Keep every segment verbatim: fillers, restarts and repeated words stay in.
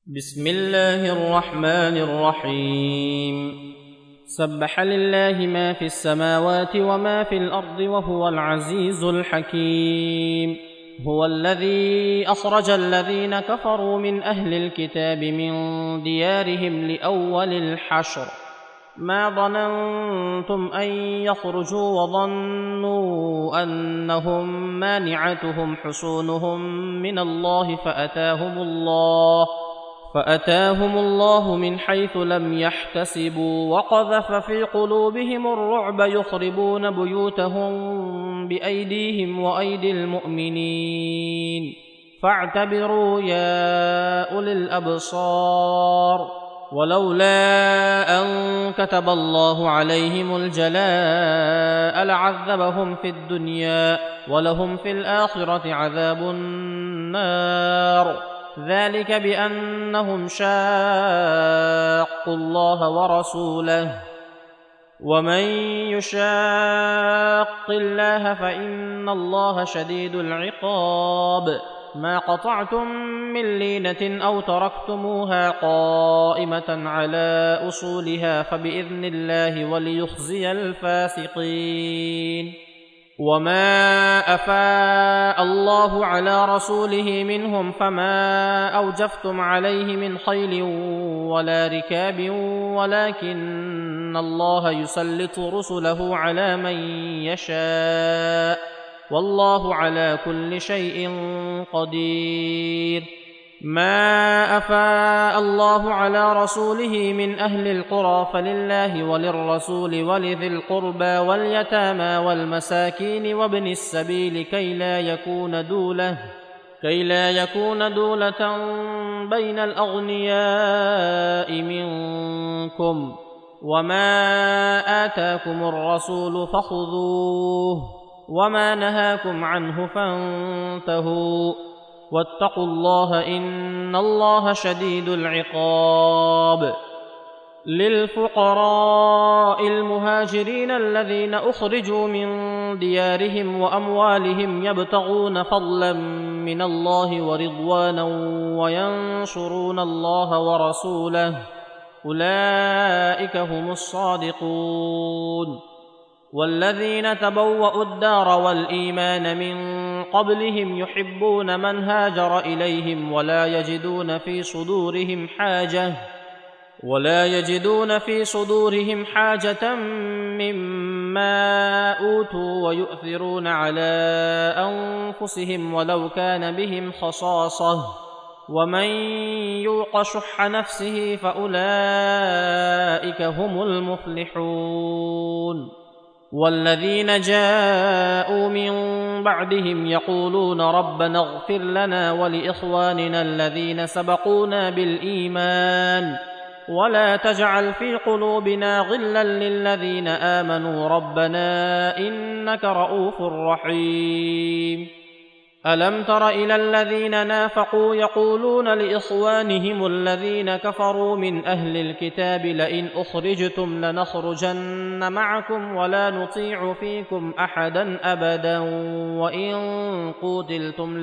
بسم الله الرحمن الرحيم. سبح لله ما في السماوات وما في الأرض وهو العزيز الحكيم. هو الذي أخرج الذين كفروا من أهل الكتاب من ديارهم لأول الحشر ما ظننتم أن يخرجوا وظنوا أنهم مانعتهم حصونهم من الله فأتاهم الله فأتاهم الله من حيث لم يحتسبوا وقذف في قلوبهم الرعب يخربون بيوتهم بأيديهم وأيدي المؤمنين فاعتبروا يا أولي الأبصار. ولولا أن كتب الله عليهم الجلاء لعذبهم في الدنيا ولهم في الآخرة عذاب النار ذلك بأنهم شاقوا الله ورسوله ومن يشاق الله فإن الله شديد العقاب. ما قطعتم من لينة أو تركتموها قائمة على أصولها فبإذن الله وليخزي الفاسقين. وما أفاء الله على رسوله منهم فما أوجفتم عليه من خيل ولا ركاب ولكن الله يسلط رسله على من يشاء والله على كل شيء قدير. ما أفاء الله على رسوله من أهل القرى فلله وللرسول ولذي القربى واليتامى والمساكين وابن السبيل كي لا يكون دولة كي لا يكون دولة بين الأغنياء منكم. وما آتاكم الرسول فخذوه وما نهاكم عنه فانتهوا واتقوا الله إن الله شديد العقاب. للفقراء المهاجرين الذين أخرجوا من ديارهم وأموالهم يبتغون فضلا من الله ورضوانا وينصرون الله ورسوله أولئك هم الصادقون. والذين تبوأوا الدار والإيمان من قبلهم يحبون من هاجر إليهم ولا يجدون في صدورهم حاجة ولا يجدون في صدورهم حاجة مما أوتوا ويؤثرون على أنفسهم ولو كان بهم خصاصة ومن يوق شح نفسه فأولئك هم المفلحون. والذين جاءوا من بعدهم يقولون ربنا اغفر لنا ولإخواننا الذين سبقونا بالإيمان ولا تجعل في قلوبنا غلا للذين آمنوا ربنا إنك رؤوف رحيم. ألم تر إلى الذين نافقوا يقولون لإخوانهم الذين كفروا من أهل الكتاب لئن أخرجتم لنخرجن معكم ولا نطيع فيكم أحدا أبدا وإن قوتلتم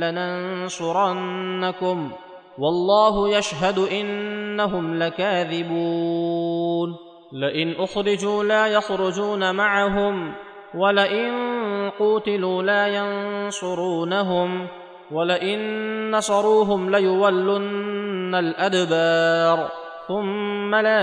لننصرنكم والله يشهد إنهم لكاذبون. لئن أخرجوا لا يخرجون معهم ولئن قوتلوا لا ينصرونهم ولئن نصروهم ليولن الأدبار ثم لا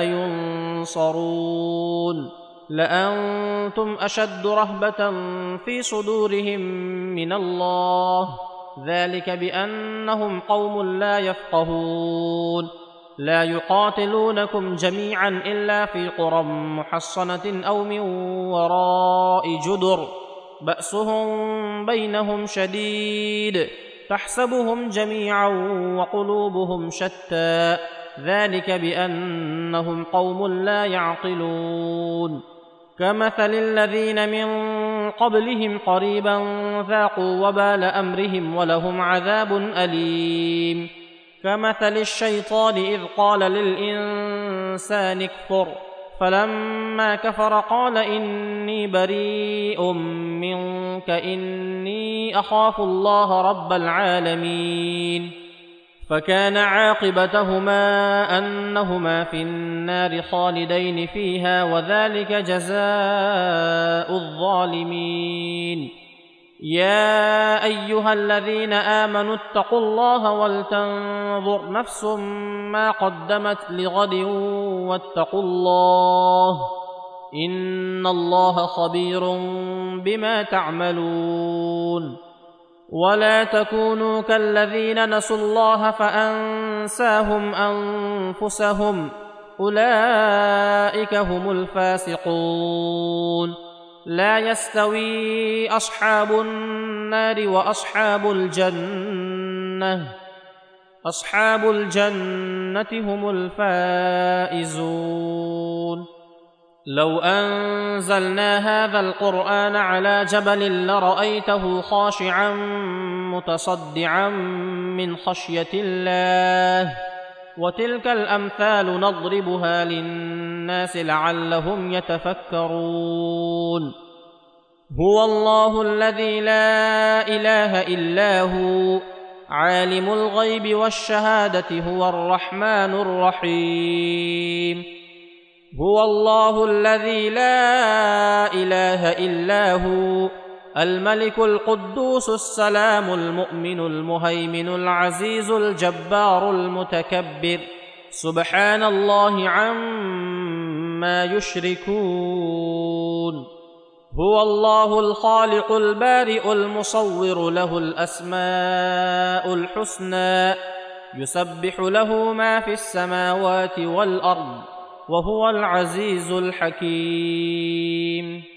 ينصرون. لأنتم أشد رهبة في صدورهم من الله ذلك بأنهم قوم لا يفقهون. لا يقاتلونكم جميعا إلا في قرى محصنة أو من وراء جدر بأسهم بينهم شديد تحسبهم جميعا وقلوبهم شتى ذلك بأنهم قوم لا يعقلون. كمثل الذين من قبلهم قريبا ذاقوا وبال أمرهم ولهم عذاب أليم. كمثل الشيطان إذ قال للإنسان اكفر فلما كفر قال إني بريء منك إني أخاف الله رب العالمين. فكان عاقبتهما أنهما في النار خالدين فيها وذلك جزاء الظالمين. يا أيها الذين آمنوا اتقوا الله ولتنظر نفس ما قدمت لغد واتقوا الله إن الله خبير بما تعملون. ولا تكونوا كالذين نسوا الله فأنساهم أنفسهم أولئك هم الفاسقون. لا يستوي أصحاب النار وأصحاب الجنة أصحاب الجنة هم الفائزون. لو أنزلنا هذا القرآن على جبل لرأيته خاشعا متصدعا من خشية الله وتلك الأمثال نضربها للناس لعلهم يتفكرون. هو الله الذي لا إله إلا هو عالم الغيب والشهادة هو الرحمن الرحيم. هو الله الذي لا إله إلا هو الملك القدوس السلام المؤمن المهيمن العزيز الجبار المتكبر سبحان الله عما يشركون. هو الله الخالق البارئ المصور له الأسماء الحسنى يسبح له ما في السماوات والأرض وهو العزيز الحكيم.